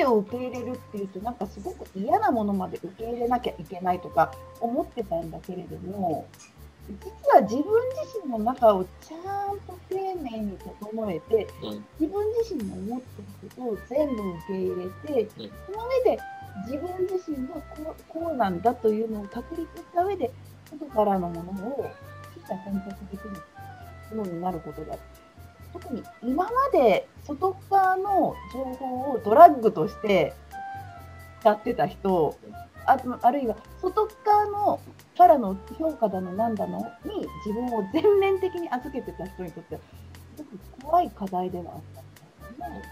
てを受け入れるっていうと、なんかすごく嫌なものまで受け入れなきゃいけないとか思ってたんだけれども、実は自分自身の中をちゃんと丁寧に整えて、自分自身の思ってることを全部受け入れて、その上で自分自身がこうなんだというのを確立した上で、外からのものをきちんと選択できるようになることだ。特に今まで外側の情報をドラッグとして使ってた人、あるいは外側のからの評価だのなんだのに自分を全面的に預けてた人にとってはすごく怖い課題ではあったんですね。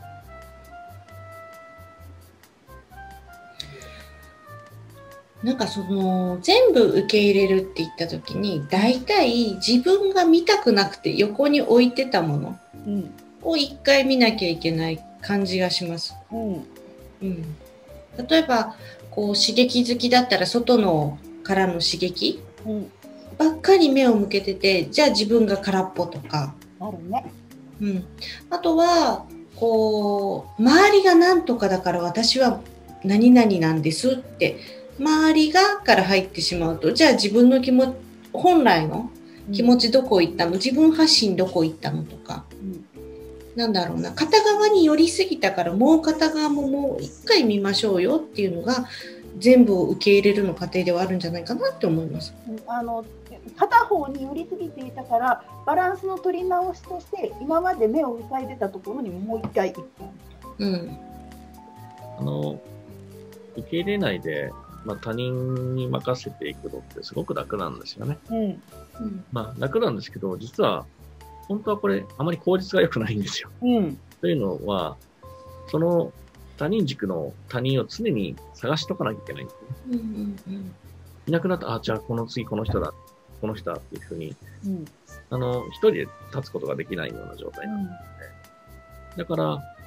なんかその全部受け入れるって言った時に、大体自分が見たくなくて横に置いてたものを一回見なきゃいけない感じがします。例えばこう刺激好きだったら外のからの刺激ばっかり目を向けてて、じゃあ自分が空っぽとか、あとはこう周りが何とかだから私は何々なんですって周りがから入ってしまうと、じゃあ自分の本来の気持ちどこ行ったの、自分発信どこ行ったのとか、なんだろうな、片側に寄りすぎたからもう片側ももう一回見ましょうよっていうのが全部を受け入れるの過程ではあるんじゃないかなって思います。 片方に寄りすぎていたからバランスの取り直しとして今まで目を塞いでたところにもう一回行った。 受け入れないで、他人に任せていくのってすごく楽なんですよね。楽なんですけど、実は本当はこれあまり効率が良くないんですよ。というのは、その他人軸の他人を常に探しとかなきゃいけないんですね。いなくなった、じゃあこの次この人だ、この人だっていうふうに、一人で立つことができないような状態なので、だから、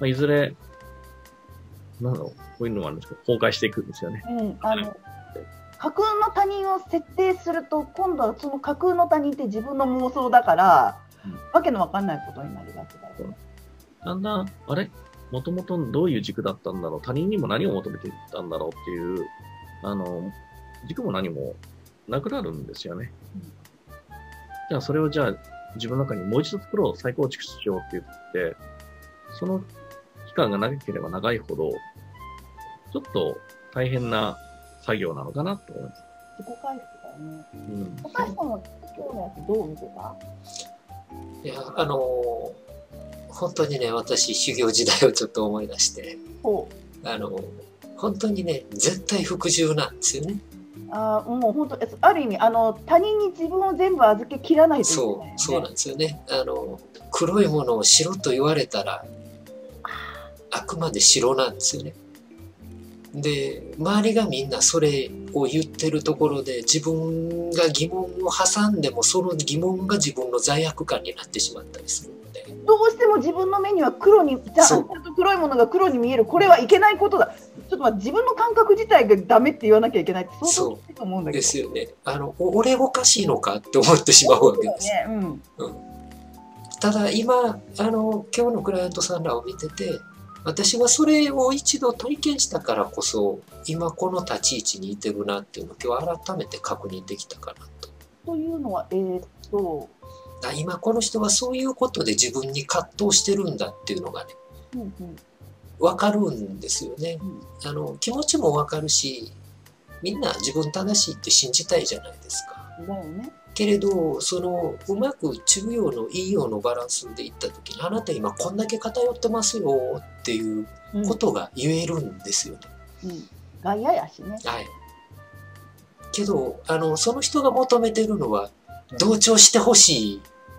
いずれ、こういうのもあるんですけど、崩壊していくんですよね。 架空の他人を設定すると、今度はその架空の他人って自分の妄想だから、わけのわかんないことになりがちだよね。 だんだん、もともとどういう軸だったんだろう、他人にも何を求めていったんだろうっていう、軸も何もなくなるんですよね。じゃあそれを自分の中にもう一度作ろう、再構築しようって言って、その期間が長ければ長いほど、ちょっと大変な作業なのかなと思います。 自己回復だよね。高橋さんは今日のやつどう見てた？ いや、本当にね、私、修行時代をちょっと思い出して、本当にね、絶対服従なんですよね。 もう本当、ある意味、他人に自分を全部預けきらないといけないよね。 そうなんですよね。黒いものを白と言われたら、あくまで白なんですよね。で、周りがみんなそれを言ってるところで、自分が疑問を挟んでも、その疑問が自分の罪悪感になってしまったりするので。 どうしても自分の目には黒に、ちゃんと黒いものが黒に見える。これはいけないことだ。ちょっと待って、自分の感覚自体がダメって言わなきゃいけないって相当きついと思うんだけど。 ですよね。俺おかしいのかって思ってしまうわけです。ただ今、今日のクライアントさんらを見てて、私はそれを一度体験したからこそ、今この立ち位置にいてるなっていうのを今日改めて確認できたかなと。 というのは、 今この人はそういうことで自分に葛藤してるんだっていうのがね、分かるんですよね。気持ちも分かるし、みんな自分正しいって信じたいじゃないですか。 だよね。 けれど、うまく中庸のいいようのバランスでいったときに、あなた今こんだけ偏ってますよっていうことが言えるんですよね。 外野やしね。 けど、その人が求めてるのは、同調してほしい。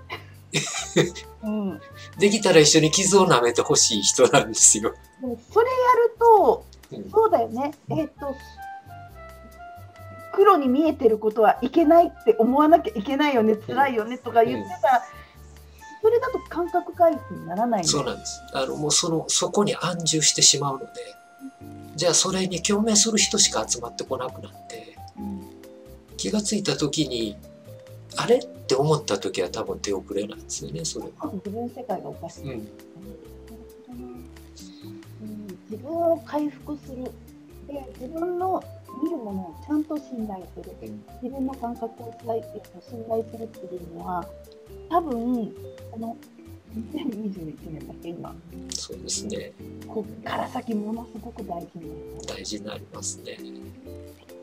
できたら一緒に傷を舐めてほしい人なんですよ。 それやると、そうだよね。黒に見えてることはいけないって思わなきゃいけないよね、辛いよねとか言ってたら、それだと感覚回復にならないんだ。 そうなんです。もうそこに安住してしまうので、じゃあそれに共鳴する人しか集まってこなくなって、気がついた時に、あれって思った時は多分手遅れなんですよね、それは。 自分世界がおかしい。自自分を回復する。で、自分の見るものをちゃんと信頼する。自分の感覚を信頼するっていうのは、多分、この2021年だけ今。 そうですね。 こっから先ものすごく大事になります。 大事になりますね。